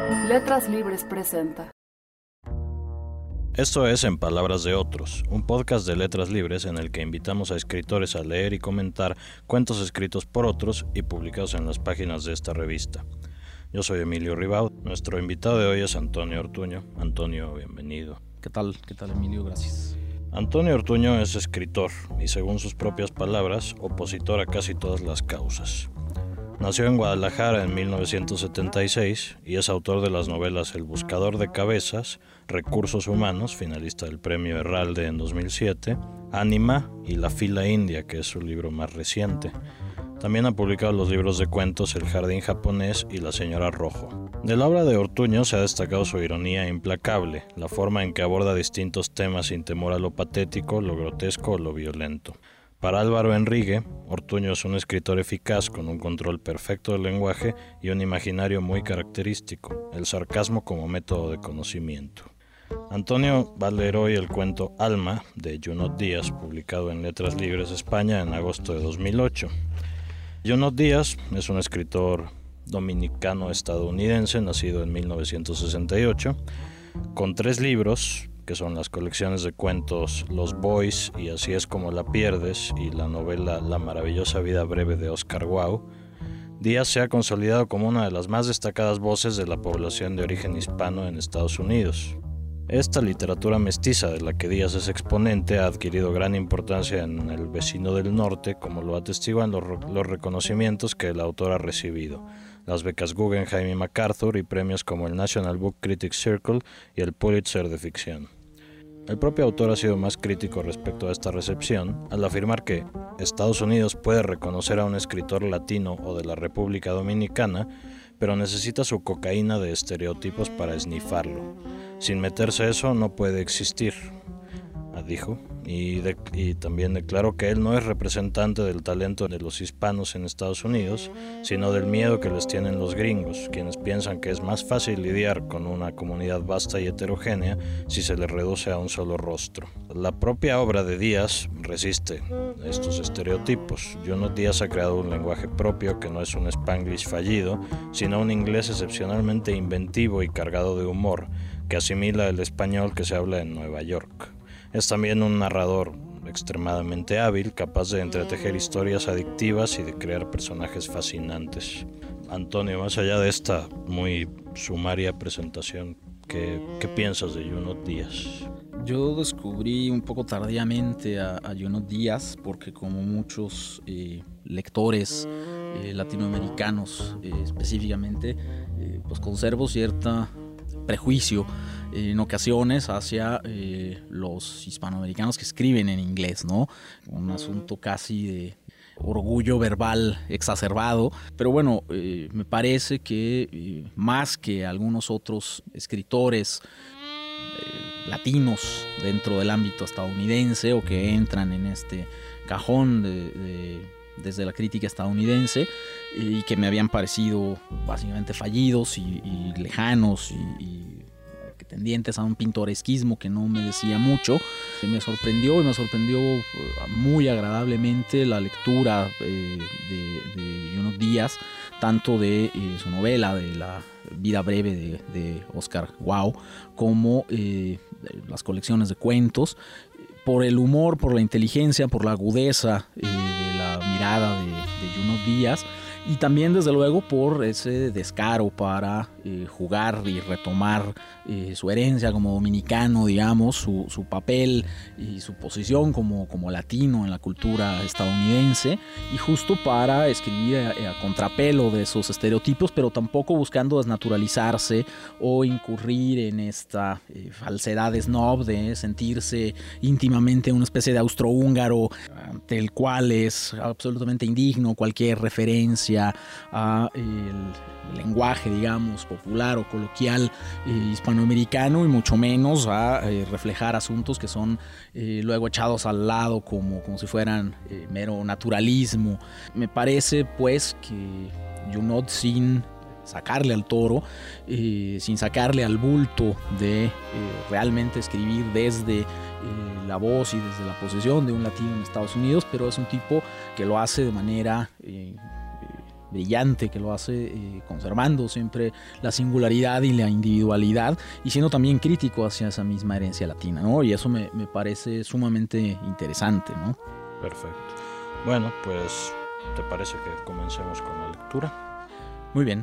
Letras Libres presenta. Esto es En Palabras de Otros, un podcast de Letras Libres en el que invitamos a escritores a leer y comentar cuentos escritos por otros y publicados en las páginas de esta revista. Yo soy Emilio Ribaud, nuestro invitado de hoy es Antonio Ortuño. Antonio, bienvenido. ¿Qué tal Emilio? Gracias. Antonio Ortuño es escritor y, según sus propias palabras, opositor a casi todas las causas. Nació en Guadalajara en 1976 y es autor de las novelas El Buscador de Cabezas, Recursos Humanos, finalista del Premio Herralde en 2007, Ánima y La Fila India, que es su libro más reciente. También ha publicado los libros de cuentos El Jardín Japonés y La Señora Rojo. De la obra de Ortuño se ha destacado su ironía implacable, la forma en que aborda distintos temas sin temor a lo patético, lo grotesco o lo violento. Para Álvaro Enrique, Ortuño es un escritor eficaz con un control perfecto del lenguaje y un imaginario muy característico, el sarcasmo como método de conocimiento. Antonio va a leer hoy el cuento Alma de Junot Díaz, publicado en Letras Libres España en agosto de 2008. Junot Díaz es un escritor dominicano-estadounidense, nacido en 1968, con 3 libros, que son las colecciones de cuentos Los Boys y Así es como la pierdes, y la novela La maravillosa vida breve de Oscar Wilde. Díaz se ha consolidado como una de las más destacadas voces de la población de origen hispano en Estados Unidos. Esta literatura mestiza de la que Díaz es exponente ha adquirido gran importancia en el vecino del norte, como lo atestiguan los reconocimientos que el autor ha recibido, las becas Guggenheim y MacArthur y premios como el National Book Critics Circle y el Pulitzer de ficción. El propio autor ha sido más crítico respecto a esta recepción, al afirmar que Estados Unidos puede reconocer a un escritor latino o de la República Dominicana, pero necesita su cocaína de estereotipos para esnifarlo. Sin meterse eso no puede existir, dijo, y también declaró que él no es representante del talento de los hispanos en Estados Unidos, sino del miedo que les tienen los gringos, quienes piensan que es más fácil lidiar con una comunidad vasta y heterogénea si se les reduce a un solo rostro. La propia obra de Díaz resiste estos estereotipos. Junot Díaz ha creado un lenguaje propio que no es un Spanglish fallido, sino un inglés excepcionalmente inventivo y cargado de humor, que asimila el español que se habla en Nueva York. Es también un narrador extremadamente hábil, capaz de entretejer historias adictivas y de crear personajes fascinantes. Antonio, más allá de esta muy sumaria presentación, ¿qué piensas de Junot Díaz? Yo descubrí un poco tardíamente a Junot Díaz porque, como muchos lectores latinoamericanos específicamente, pues conservo cierto prejuicio en ocasiones hacia los hispanoamericanos que escriben en inglés, ¿no? Un asunto casi de orgullo verbal exacerbado, pero bueno, me parece que más que algunos otros escritores latinos dentro del ámbito estadounidense o que entran en este cajón desde la crítica estadounidense y que me habían parecido básicamente fallidos y lejanos y tendientes a un pintoresquismo que no me decía mucho. Me sorprendió muy agradablemente la lectura de Junot Díaz, tanto de su novela de La vida breve de Oscar Wilde, como las colecciones de cuentos, por el humor, por la inteligencia, por la agudeza de la mirada de Junot Díaz, y también desde luego por ese descaro para jugar y retomar su herencia como dominicano, digamos, su papel y su posición como latino en la cultura estadounidense, y justo para escribir a contrapelo de esos estereotipos, pero tampoco buscando desnaturalizarse o incurrir en esta falsedad snob de sentirse íntimamente una especie de austrohúngaro ante el cual es absolutamente indigno cualquier referencia a el lenguaje, digamos, popular o coloquial hispanoamericano, y mucho menos a reflejar asuntos que son luego echados al lado como si fueran mero naturalismo. Me parece pues que Junot, sin sacarle al toro, sin sacarle al bulto de realmente escribir desde la voz y desde la posición de un latino en Estados Unidos, pero es un tipo que lo hace de manera brillante que lo hace, conservando siempre la singularidad y la individualidad y siendo también crítico hacia esa misma herencia latina, ¿no? Y eso me parece sumamente interesante, ¿no? Perfecto. Bueno, pues, ¿te parece que comencemos con la lectura? Muy bien.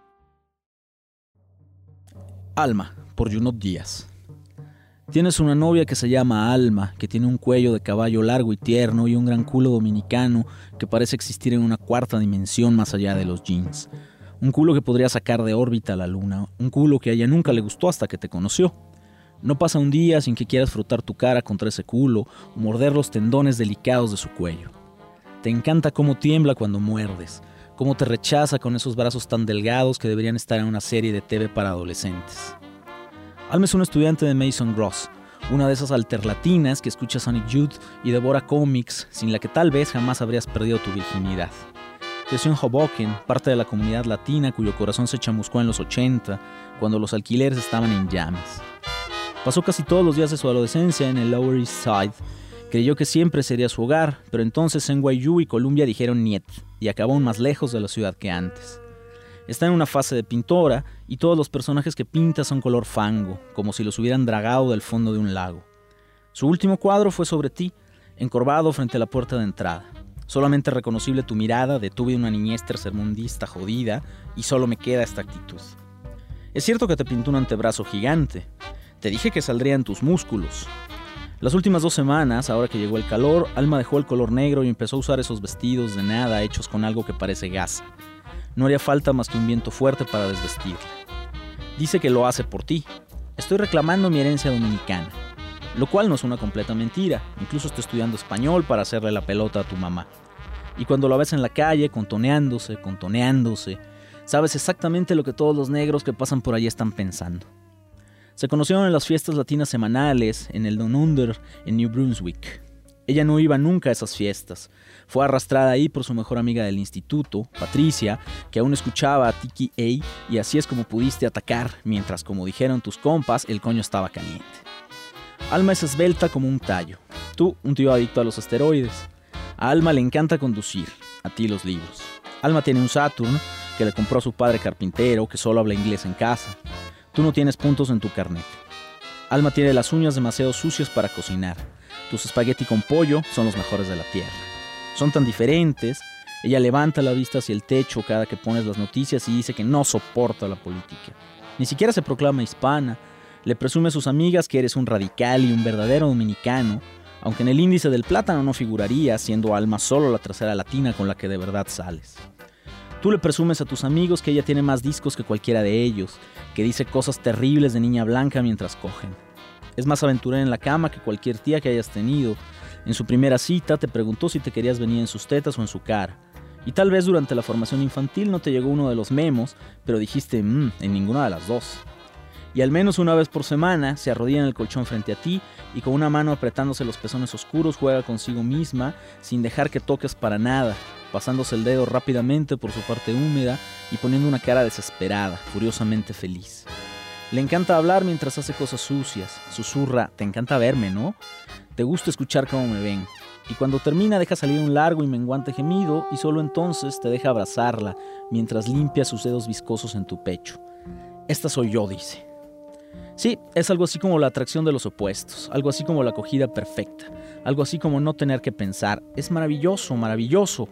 Alma, por Junot Díaz. Tienes una novia que se llama Alma, que tiene un cuello de caballo largo y tierno y un gran culo dominicano que parece existir en una cuarta dimensión más allá de los jeans. Un culo que podría sacar de órbita a la luna, un culo que a ella nunca le gustó hasta que te conoció. No pasa un día sin que quieras frotar tu cara contra ese culo o morder los tendones delicados de su cuello. Te encanta cómo tiembla cuando muerdes, cómo te rechaza con esos brazos tan delgados que deberían estar en una serie de TV para adolescentes. Alma es un estudiante de Mason Gross, una de esas alterlatinas que escucha Sonic Youth y devora cómics, sin la que tal vez jamás habrías perdido tu virginidad. Creció en Hoboken, parte de la comunidad latina cuyo corazón se chamuscó en los 80, cuando los alquileres estaban en llamas. Pasó casi todos los días de su adolescencia en el Lower East Side. Creyó que siempre sería su hogar, pero entonces NYU y Columbia dijeron niet, y acabó aún más lejos de la ciudad que antes. Está en una fase de pintora y todos los personajes que pinta son color fango, como si los hubieran dragado del fondo de un lago. Su último cuadro fue sobre ti, encorvado frente a la puerta de entrada. Solamente reconocible tu mirada de tuve una niñez tercermundista jodida y solo me queda esta actitud. Es cierto que te pintó un antebrazo gigante. Te dije que saldrían tus músculos. Las últimas 2 semanas, ahora que llegó el calor, Alma dejó el color negro y empezó a usar esos vestidos de nada hechos con algo que parece gasa. No haría falta más que un viento fuerte para desvestirla. Dice que lo hace por ti. Estoy reclamando mi herencia dominicana, lo cual no es una completa mentira. Incluso estoy estudiando español para hacerle la pelota a tu mamá. Y cuando la ves en la calle, contoneándose, sabes exactamente lo que todos los negros que pasan por allí están pensando. Se conocieron en las fiestas latinas semanales en el Down Under en New Brunswick. Ella no iba nunca a esas fiestas. Fue arrastrada ahí por su mejor amiga del instituto, Patricia, que aún escuchaba a Tiki A, y así es como pudiste atacar, mientras, como dijeron tus compas, el coño estaba caliente. Alma es esbelta como un tallo. Tú, un tío adicto a los esteroides. A Alma le encanta conducir, a ti los libros. Alma tiene un Saturn que le compró a su padre carpintero, que solo habla inglés en casa. Tú no tienes puntos en tu carnet. Alma tiene las uñas demasiado sucias para cocinar. Tus espagueti con pollo son los mejores de la tierra. Son tan diferentes. Ella levanta la vista hacia el techo cada que pones las noticias y dice que no soporta la política. Ni siquiera se proclama hispana. Le presume a sus amigas que eres un radical y un verdadero dominicano, aunque en el índice del plátano no figuraría, siendo Alma solo la tercera latina con la que de verdad sales. Tú le presumes a tus amigos que ella tiene más discos que cualquiera de ellos, que dice cosas terribles de niña blanca mientras cogen. Es más aventurera en la cama que cualquier tía que hayas tenido. En su primera cita te preguntó si te querías venir en sus tetas o en su cara. Y tal vez durante la formación infantil no te llegó uno de los memos, pero dijiste, en ninguna de las dos. Y al menos una vez por semana se arrodilla en el colchón frente a ti y con una mano apretándose los pezones oscuros juega consigo misma sin dejar que toques para nada, pasándose el dedo rápidamente por su parte húmeda y poniendo una cara desesperada, furiosamente feliz. Le encanta hablar mientras hace cosas sucias, susurra, te encanta verme, ¿no? Te gusta escuchar cómo me ven. Y cuando termina deja salir un largo y menguante gemido y solo entonces te deja abrazarla mientras limpia sus dedos viscosos en tu pecho. Esta soy yo, dice. Sí, es algo así como la atracción de los opuestos, algo así como la acogida perfecta, algo así como no tener que pensar. Es maravilloso, maravilloso.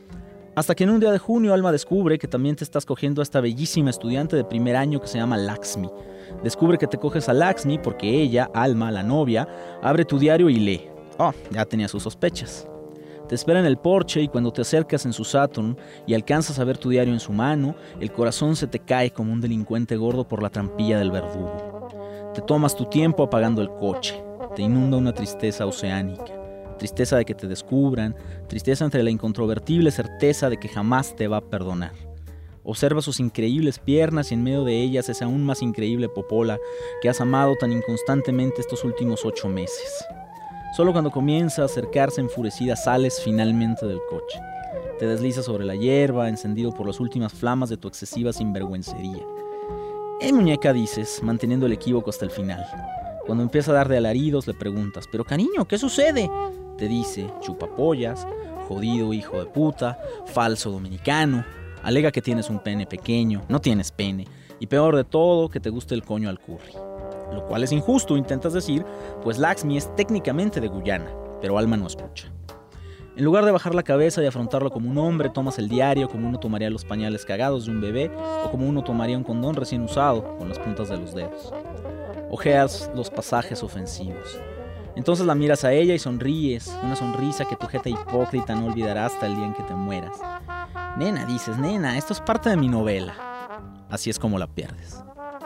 Hasta que en un día de junio Alma descubre que también te estás cogiendo a esta bellísima estudiante de primer año que se llama Laxmi. Descubre que te coges a Laxmi porque ella, Alma, la novia, abre tu diario y lee. Oh, ya tenía sus sospechas. Te espera en el porche y cuando te acercas en su Saturn y alcanzas a ver tu diario en su mano, el corazón se te cae como un delincuente gordo por la trampilla del verdugo. Te tomas tu tiempo apagando el coche. Te inunda una tristeza oceánica. Tristeza de que te descubran, tristeza entre la incontrovertible certeza de que jamás te va a perdonar. Observa sus increíbles piernas y en medio de ellas esa aún más increíble popola que has amado tan inconstantemente estos últimos 8 meses. Solo cuando comienza a acercarse enfurecida sales finalmente del coche. Te deslizas sobre la hierba, encendido por las últimas flamas de tu excesiva sinvergüencería. Muñeca, dices, manteniendo el equívoco hasta el final. Cuando empieza a dar de alaridos le preguntas, pero cariño, ¿qué sucede? Te dice, chupapollas, jodido hijo de puta, falso dominicano. Alega que tienes un pene pequeño, no tienes pene, y peor de todo, que te guste el coño al curry. Lo cual es injusto, intentas decir, pues Laxmi es técnicamente de Guyana, pero Alma no escucha. En lugar de bajar la cabeza y afrontarlo como un hombre, tomas el diario como uno tomaría los pañales cagados de un bebé o como uno tomaría un condón recién usado con las puntas de los dedos. Ojeas los pasajes ofensivos. Entonces la miras a ella y sonríes, una sonrisa que tu jeta hipócrita no olvidará hasta el día en que te mueras. Nena, dices, nena, esto es parte de mi novela. Así es como la pierdes.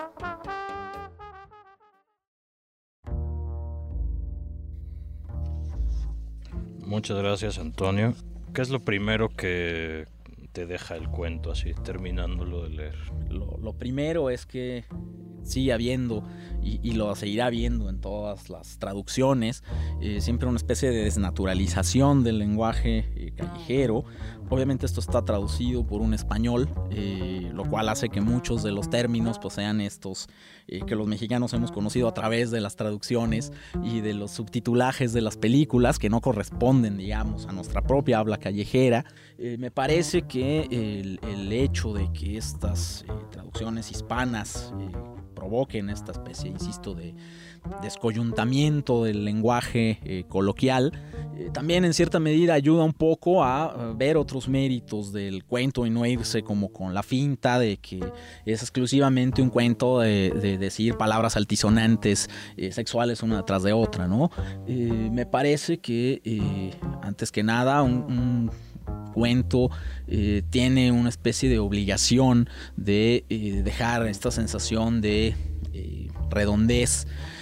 Muchas gracias, Antonio. ¿Qué es lo primero que te deja el cuento así, terminándolo de leer? Lo primero es que sigue habiendo y lo seguirá habiendo en todas las traducciones, siempre una especie de desnaturalización del lenguaje callejero. Obviamente esto está traducido por un español, lo cual hace que muchos de los términos pues, sean estos que los mexicanos hemos conocido a través de las traducciones y de los subtitulajes de las películas que no corresponden, digamos, a nuestra propia habla callejera. Me parece que el hecho de que estas traducciones hispanas provoquen esta especie, insisto, de descoyuntamiento del lenguaje coloquial, también en cierta medida ayuda un poco a ver otros méritos del cuento y no irse como con la finta de que es exclusivamente un cuento de decir palabras altisonantes sexuales una tras de otra, ¿no? Me parece que antes que nada un cuento tiene una especie de obligación de dejar esta sensación de redondez,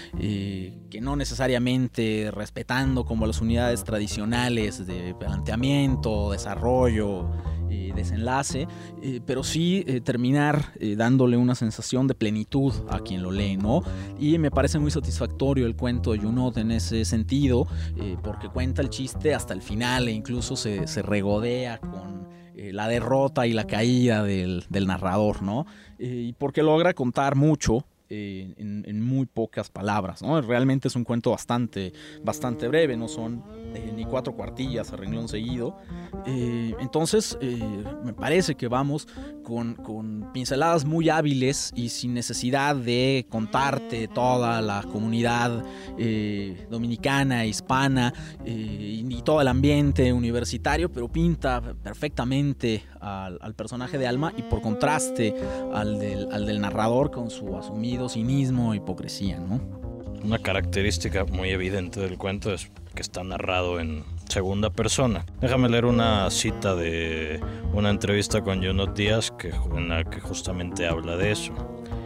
que no necesariamente respetando como las unidades tradicionales de planteamiento, desarrollo, desenlace, pero sí terminar dándole una sensación de plenitud a quien lo lee, ¿no? Y me parece muy satisfactorio el cuento de Junot en ese sentido, porque cuenta el chiste hasta el final e incluso se regodea con la derrota y la caída del narrador, ¿no? Y porque logra contar mucho en muy pocas palabras, ¿no? Realmente es un cuento bastante breve, no son ni 4 cuartillas a renglón seguido. Entonces me parece que vamos con pinceladas muy hábiles y sin necesidad de contarte toda la comunidad dominicana, hispana y todo el ambiente universitario, pero pinta perfectamente al personaje de Alma y por contraste al del narrador con su asumido cinismo e hipocresía, ¿no? Una característica muy evidente del cuento es que está narrado en segunda persona. Déjame leer una cita de una entrevista con Junot Díaz en la que justamente habla de eso.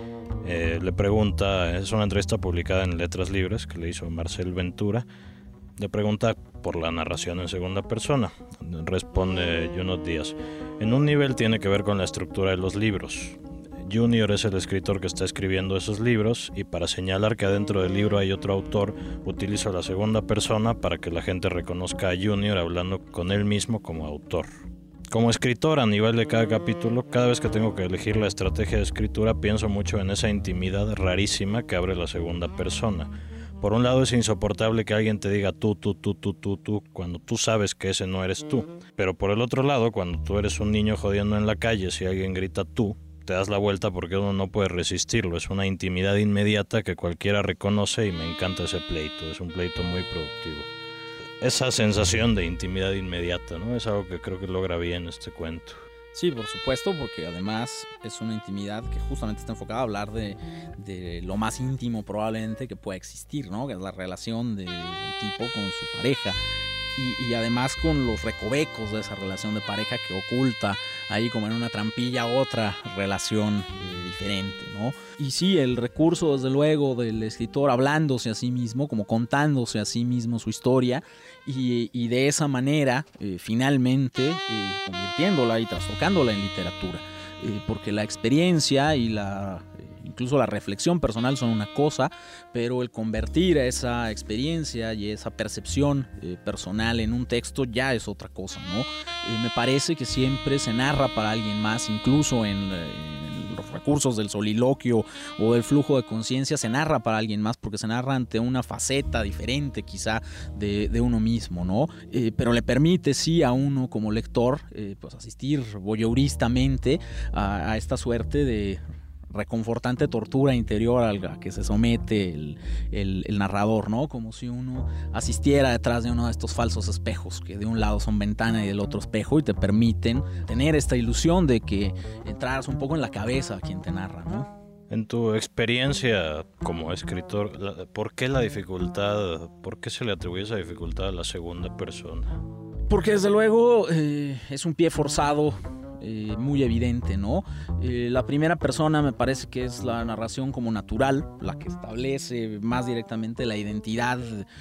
Le pregunta, es una entrevista publicada en Letras Libres que le hizo Marcel Ventura. Le pregunta por la narración en segunda persona. Responde Junot Díaz: en un nivel tiene que ver con la estructura de los libros. Junior es el escritor que está escribiendo esos libros y para señalar que adentro del libro hay otro autor, utilizo la segunda persona para que la gente reconozca a Junior hablando con él mismo como autor. Como escritor, a nivel de cada capítulo, cada vez que tengo que elegir la estrategia de escritura, pienso mucho en esa intimidad rarísima que abre la segunda persona. Por un lado es insoportable que alguien te diga tú, cuando tú sabes que ese no eres tú. Pero por el otro lado, cuando tú eres un niño jodiendo en la calle, si alguien grita tú, te das la vuelta porque uno no puede resistirlo. Es una intimidad inmediata que cualquiera reconoce y me encanta ese pleito. Es un pleito muy productivo. Esa sensación de intimidad inmediata, ¿no? Es algo que creo que logra bien este cuento. Sí, por supuesto, porque además es una intimidad que justamente está enfocada a hablar de lo más íntimo probablemente que pueda existir, ¿no? Que es la relación de un tipo con su pareja. Y además con los recovecos de esa relación de pareja que oculta ahí como en una trampilla otra relación diferente, ¿no? Y sí, el recurso desde luego del escritor hablándose a sí mismo, como contándose a sí mismo su historia y de esa manera finalmente convirtiéndola y trastocándola en literatura, porque la experiencia y incluso la reflexión personal son una cosa, pero el convertir esa experiencia y esa percepción personal en un texto ya es otra cosa, ¿no? Me parece que siempre se narra para alguien más, incluso en los recursos recursos del soliloquio o del flujo de conciencia, se narra para alguien más, porque se narra ante una faceta diferente quizá de uno mismo, ¿no? Pero le permite sí a uno como lector pues asistir voyeuristamente a esta suerte de reconfortante tortura interior a la que se somete el narrador, ¿no? Como si uno asistiera detrás de uno de estos falsos espejos que de un lado son ventana y del otro espejo, y te permiten tener esta ilusión de que entraras un poco en la cabeza a quien te narra, ¿no? En tu experiencia como escritor, ¿por qué la dificultad, por qué se le atribuye esa dificultad a la segunda persona? Porque desde luego es un pie forzado muy evidente, ¿no? La primera persona me parece que es la narración como natural, la que establece más directamente la identidad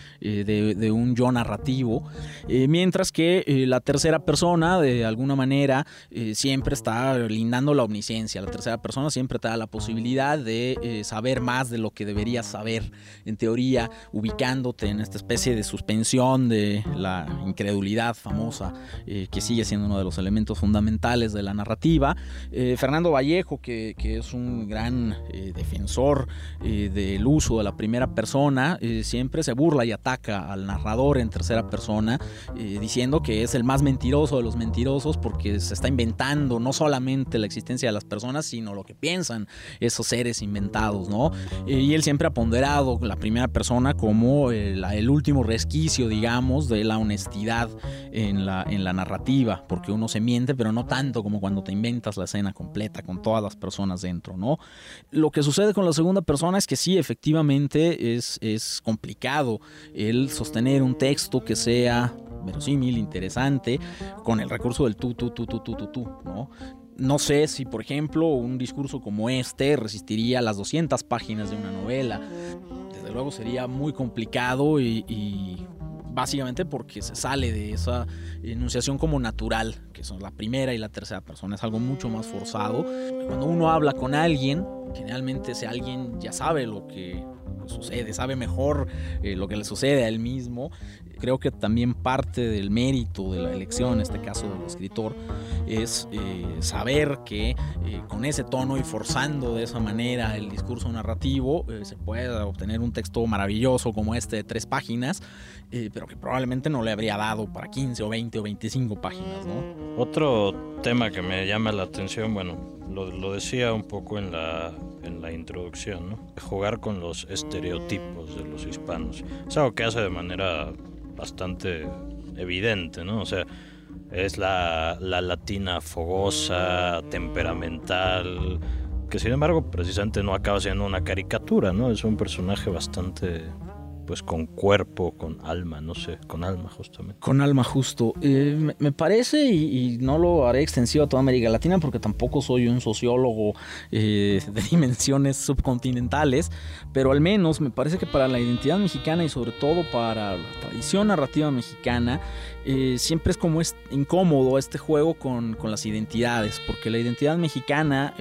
de un yo narrativo, mientras que la tercera persona, de alguna manera, siempre está lindando la omnisciencia. La tercera persona siempre te da la posibilidad de saber más de lo que deberías saber, en teoría, ubicándote en esta especie de suspensión de la incredulidad famosa, que sigue siendo uno de los elementos fundamentales de la narrativa. Fernando Vallejo, que es un gran defensor del uso de la primera persona, siempre se burla y ataca al narrador en tercera persona, diciendo que es el más mentiroso de los mentirosos, porque se está inventando no solamente la existencia de las personas, sino lo que piensan esos seres inventados, ¿no? Y él siempre ha ponderado la primera persona como el último resquicio, digamos, de la honestidad en la narrativa, porque uno se miente, pero no tanto como cuando te inventas la escena completa con todas las personas dentro, ¿no? Lo que sucede con la segunda persona es que sí, efectivamente es complicado el sostener un texto que sea verosímil, interesante, con el recurso del tú, ¿no? No sé si, por ejemplo, un discurso como este resistiría las 200 páginas de una novela. Desde luego sería muy complicado y básicamente porque se sale de esa enunciación como natural, que son la primera y la tercera persona. Es algo mucho más forzado. Cuando uno habla con alguien, generalmente ese alguien ya sabe lo que sucede, sabe mejor lo que le sucede a él mismo. Creo que también parte del mérito de la elección, en este caso del escritor, es saber que con ese tono y forzando de esa manera el discurso narrativo se puede obtener un texto maravilloso como este de 3 páginas, pero que probablemente no le habría dado para 15 o 20 o 25 páginas, ¿no? Otro tema que me llama la atención, bueno, lo decía un poco en la introducción, ¿no? Jugar con los estereotipos de los hispanos. Es algo que hace de manera bastante evidente, ¿no? O sea, es la latina fogosa, temperamental, que sin embargo precisamente no acaba siendo una caricatura, ¿no? Es un personaje bastante, pues, con cuerpo, con alma, no sé, con alma justamente. Con alma, justo. Me parece, y no lo haré extensivo a toda América Latina porque tampoco soy un sociólogo de dimensiones subcontinentales, pero al menos me parece que para la identidad mexicana y sobre todo para la tradición narrativa mexicana, siempre es como incómodo este juego con las identidades, porque la identidad mexicana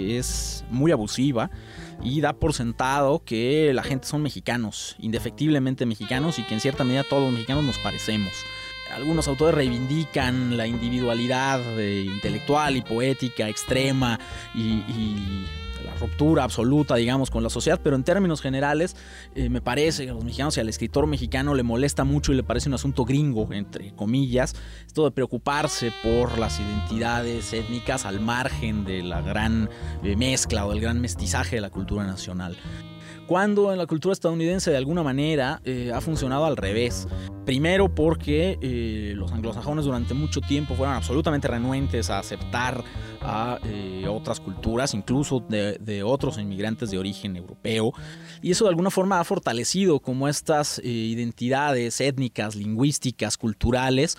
es muy abusiva y da por sentado que la gente son mexicanos, indefectiblemente mexicanos, y que en cierta medida todos los mexicanos nos parecemos. Algunos autores reivindican la individualidad intelectual y poética extrema y la ruptura absoluta, digamos, con la sociedad, pero en términos generales me parece que a los mexicanos y al escritor mexicano le molesta mucho y le parece un asunto gringo, entre comillas, esto de preocuparse por las identidades étnicas al margen de la gran mezcla o del gran mestizaje de la cultura nacional. Cuando en la cultura estadounidense de alguna manera ha funcionado al revés. Primero porque los anglosajones durante mucho tiempo fueron absolutamente renuentes a aceptar a otras culturas, incluso de otros inmigrantes de origen europeo, y eso de alguna forma ha fortalecido como estas identidades étnicas, lingüísticas, culturales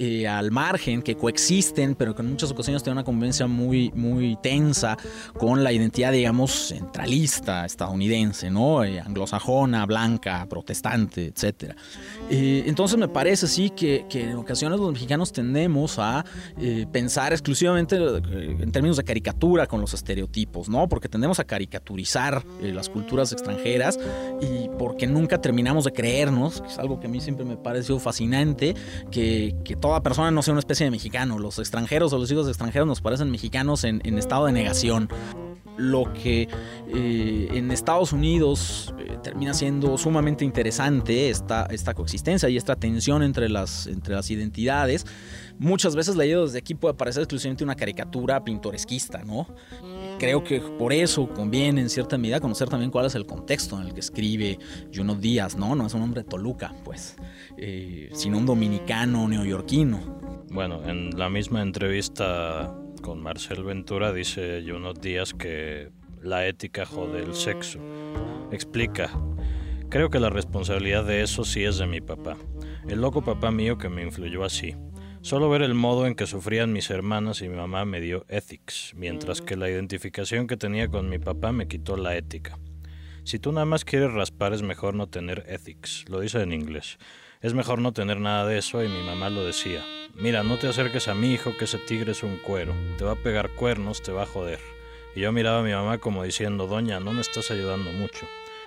al margen, que coexisten, pero que en muchas ocasiones tienen una convivencia muy, muy tensa con la identidad, digamos, centralista estadounidense, ¿no? Anglosajona, blanca, protestante, etc. Entonces me parece sí que en ocasiones los mexicanos tendemos a pensar exclusivamente en términos de caricatura con los estereotipos, ¿no? Porque tendemos a caricaturizar las culturas extranjeras y porque nunca terminamos de creernos, que es algo que a mí siempre me pareció fascinante, que toda persona no sea una especie de mexicano. Los extranjeros o los hijos de extranjeros nos parecen mexicanos en estado de negación. lo que en Estados Unidos termina siendo sumamente interesante, esta coexistencia y esta tensión entre las identidades, muchas veces leído desde aquí puede parecer exclusivamente una caricatura pintoresquista, ¿no? Creo que por eso conviene en cierta medida conocer también cuál es el contexto en el que escribe Junot Díaz, ¿no? No es un hombre de Toluca, pues, sino un dominicano neoyorquino. Bueno, en la misma entrevista con Marcel Ventura dice Junot Díaz que la ética jode el sexo. Explica: creo que la responsabilidad de eso sí es de mi papá, el loco papá mío que me influyó así. Solo ver el modo en que sufrían mis hermanas y mi mamá me dio ethics, mientras que la identificación que tenía con mi papá me quitó la ética. Si tú nada más quieres raspar es mejor no tener ethics, lo dice en inglés. Es mejor no tener nada de eso y mi mamá lo decía. Mira, no te acerques a mi hijo que ese tigre es un cuero, te va a pegar cuernos, te va a joder. Y yo miraba a mi mamá como diciendo, doña, no me estás ayudando mucho.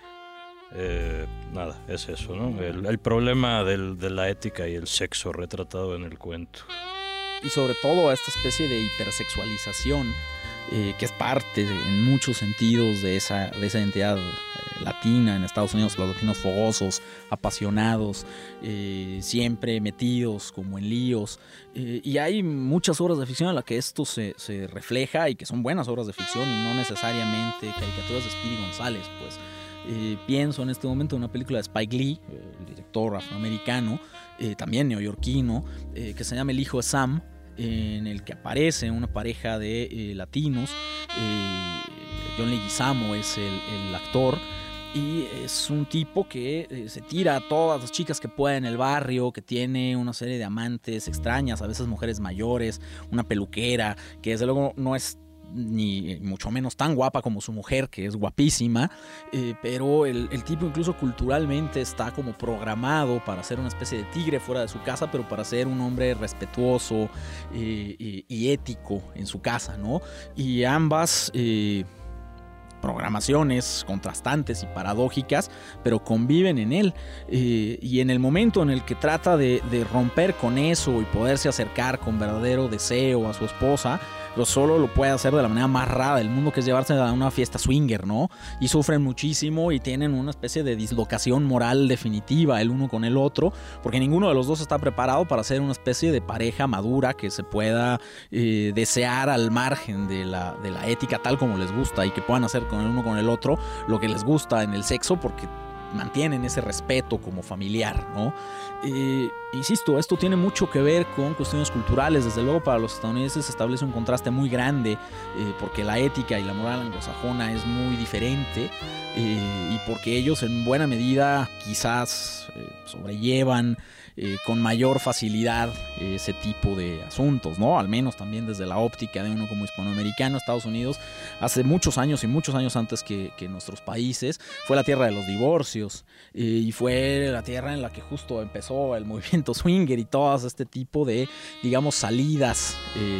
Nada, es eso, ¿no? El problema de la ética y el sexo retratado en el cuento. Y sobre todo a esta especie de hipersexualización que es parte en muchos sentidos de esa identidad latina en Estados Unidos, los latinos fogosos, apasionados, siempre metidos como en líos. Y hay muchas obras de ficción en las que esto se refleja y que son buenas obras de ficción y no necesariamente caricaturas de Speedy González, pues. Pienso en este momento en una película de Spike Lee, el director afroamericano, también neoyorquino, que se llama El hijo de Sam, en el que aparece una pareja de latinos. John Leguizamo es el actor. Y es un tipo que se tira a todas las chicas que puede en el barrio, que tiene una serie de amantes extrañas, a veces mujeres mayores, una peluquera, que desde luego no es ni mucho menos tan guapa como su mujer, que es guapísima, pero el tipo incluso culturalmente está como programado para ser una especie de tigre fuera de su casa, pero para ser un hombre respetuoso y ético en su casa, ¿no? Y ambas programaciones contrastantes y paradójicas, pero conviven en él, y en el momento en el que trata de romper con eso y poderse acercar con verdadero deseo a su esposa, pero solo lo puede hacer de la manera más rara del mundo, que es llevarse a una fiesta swinger, ¿no? Y sufren muchísimo y tienen una especie de dislocación moral definitiva el uno con el otro, porque ninguno de los dos está preparado para ser una especie de pareja madura que se pueda desear al margen de la ética tal como les gusta, y que puedan hacer con el uno con el otro lo que les gusta en el sexo, porque mantienen ese respeto como familiar, ¿no? Insisto, esto tiene mucho que ver con cuestiones culturales. Desde luego para los estadounidenses se establece un contraste muy grande, porque la ética y la moral anglosajona es muy diferente, y porque ellos en buena medida quizás sobrellevan con mayor facilidad ese tipo de asuntos, ¿no? Al menos también desde la óptica de uno como hispanoamericano. Estados Unidos hace muchos años y muchos años antes que nuestros países fue la tierra de los divorcios, y fue la tierra en la que justo empezó el movimiento swinger y todas este tipo de, digamos, salidas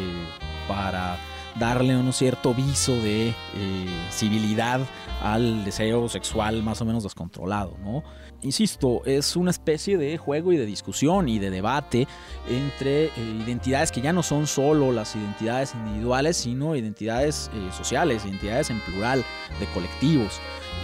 para darle un cierto viso de civilidad al deseo sexual más o menos descontrolado, ¿no? Insisto, es una especie de juego y de discusión y de debate entre identidades que ya no son solo las identidades individuales, sino identidades sociales, identidades en plural, de colectivos.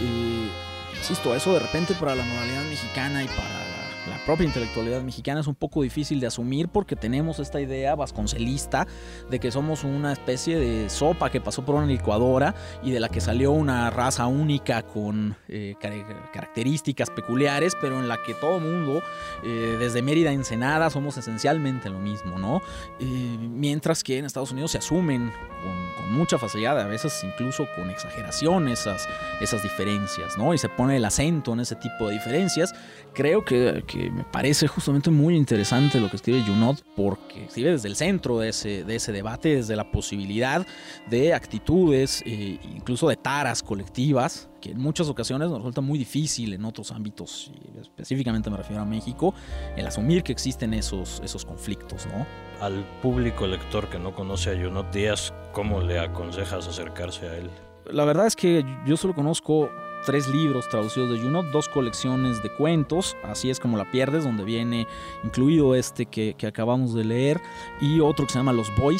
Insisto, eso de repente para la moralidad mexicana y para la propia intelectualidad mexicana es un poco difícil de asumir, porque tenemos esta idea vasconcelista de que somos una especie de sopa que pasó por una licuadora y de la que salió una raza única con características peculiares, pero en la que todo mundo, desde Mérida a Ensenada, somos esencialmente lo mismo, ¿no? Mientras que en Estados Unidos se asumen con mucha facilidad, a veces incluso con exageración, esas diferencias, ¿no? Y se pone el acento en ese tipo de diferencias. Creo que me parece justamente muy interesante lo que escribe Junot, porque escribe desde el centro de ese debate, desde la posibilidad de actitudes, incluso de taras colectivas, que en muchas ocasiones nos resulta muy difícil en otros ámbitos, y específicamente me refiero a México, el asumir que existen esos conflictos, ¿no? Al público lector que no conoce a Junot Díaz, ¿cómo le aconsejas acercarse a él? La verdad es que yo solo conozco 3 libros traducidos de Junot, 2 colecciones de cuentos, Así es como la pierdes, donde viene incluido este que acabamos de leer, y otro que se llama Los Boys,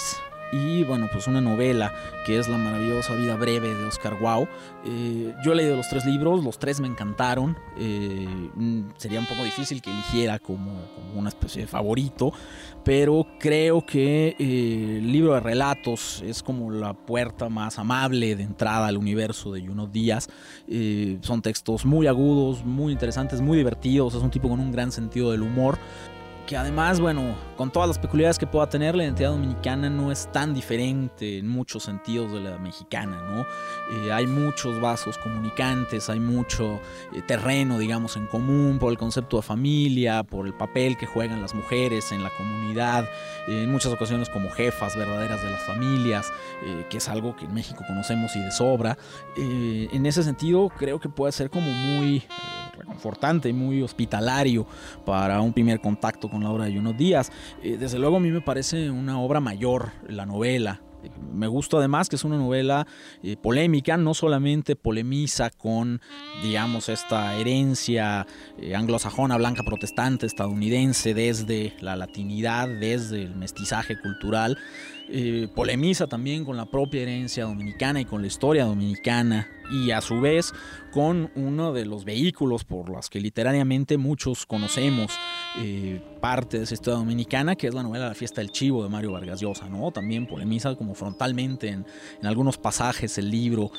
y bueno, pues una novela que es La maravillosa vida breve de Oscar Wilde. Yo he leído los 3 libros, los 3 me encantaron. Sería un poco difícil que eligiera como una especie de favorito, pero creo que el libro de relatos es como la puerta más amable de entrada al universo de Junot Díaz. Son textos muy agudos, muy interesantes, muy divertidos. Es un tipo con un gran sentido del humor, que además, bueno, con todas las peculiaridades que pueda tener, la identidad dominicana no es tan diferente en muchos sentidos de la mexicana, ¿no? Hay muchos vasos comunicantes, hay mucho terreno, digamos, en común por el concepto de familia, por el papel que juegan las mujeres en la comunidad, en muchas ocasiones como jefas verdaderas de las familias, que es algo que en México conocemos y de sobra. En ese sentido, creo que puede ser como muy reconfortante y muy hospitalario para un primer contacto con la obra de Junot Díaz. Desde luego a mí me parece una obra mayor la novela. Me gusta además que es una novela polémica, no solamente polemiza con, digamos, esta herencia anglosajona, blanca, protestante, estadounidense, desde la latinidad, desde el mestizaje cultural, polemiza también con la propia herencia dominicana y con la historia dominicana, y a su vez con uno de los vehículos por los que literariamente muchos conocemos parte de esa historia dominicana, que es la novela La fiesta del chivo de Mario Vargas Llosa, ¿no? También polemiza como frontalmente en algunos pasajes el libro.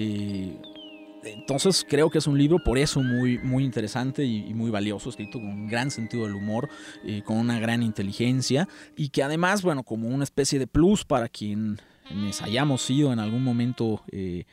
Entonces creo que es un libro por eso muy, muy interesante y muy valioso, escrito con un gran sentido del humor, con una gran inteligencia, y que además, bueno, como una especie de plus para quienes hayamos sido en algún momento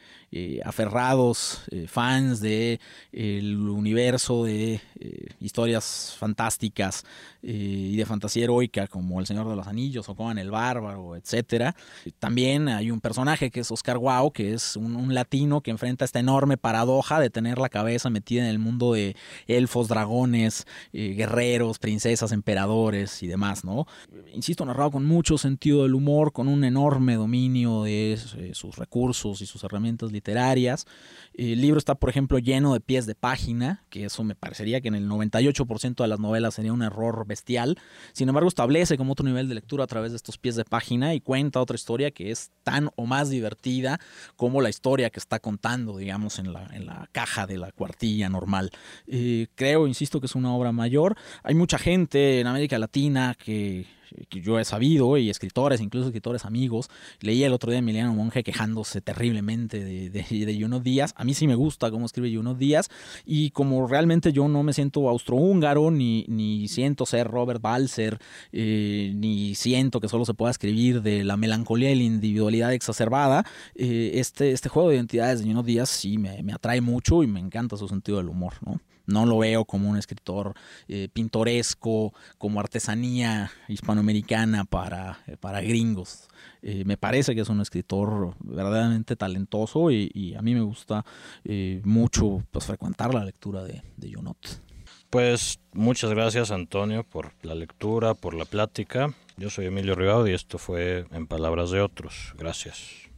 aferrados fans de el universo de historias fantásticas y de fantasía heroica como El Señor de los Anillos o Conan el Bárbaro, etcétera. También hay un personaje que es Oscar Wilde, que es un latino que enfrenta esta enorme paradoja de tener la cabeza metida en el mundo de elfos, dragones, guerreros, princesas, emperadores y demás, ¿no? Insisto, narrado con mucho sentido del humor, con un enorme dominio de sus recursos y sus herramientas literarias. El libro está, por ejemplo, lleno de pies de página, que eso me parecería que en el 98% de las novelas sería un error bestial. Sin embargo, establece como otro nivel de lectura a través de estos pies de página y cuenta otra historia que es tan o más divertida como la historia que está contando, digamos, en la caja de la cuartilla normal. Creo, insisto, que es una obra mayor. Hay mucha gente en América Latina que yo he sabido, y escritores, incluso escritores amigos. Leí el otro día a Emiliano Monge quejándose terriblemente de Junot Díaz. A mí sí me gusta cómo escribe Junot Díaz, y como realmente yo no me siento austrohúngaro, ni siento ser Robert Balser, ni siento que solo se pueda escribir de la melancolía y la individualidad exacerbada, este juego de identidades de Junot Díaz sí me atrae mucho y me encanta su sentido del humor, ¿no? No lo veo como un escritor pintoresco, como artesanía hispanoamericana para gringos. Me parece que es un escritor verdaderamente talentoso, y a mí me gusta mucho, pues, frecuentar la lectura de Junot. Pues muchas gracias, Antonio, por la lectura, por la plática. Yo soy Emilio Rivaud y esto fue En Palabras de Otros. Gracias.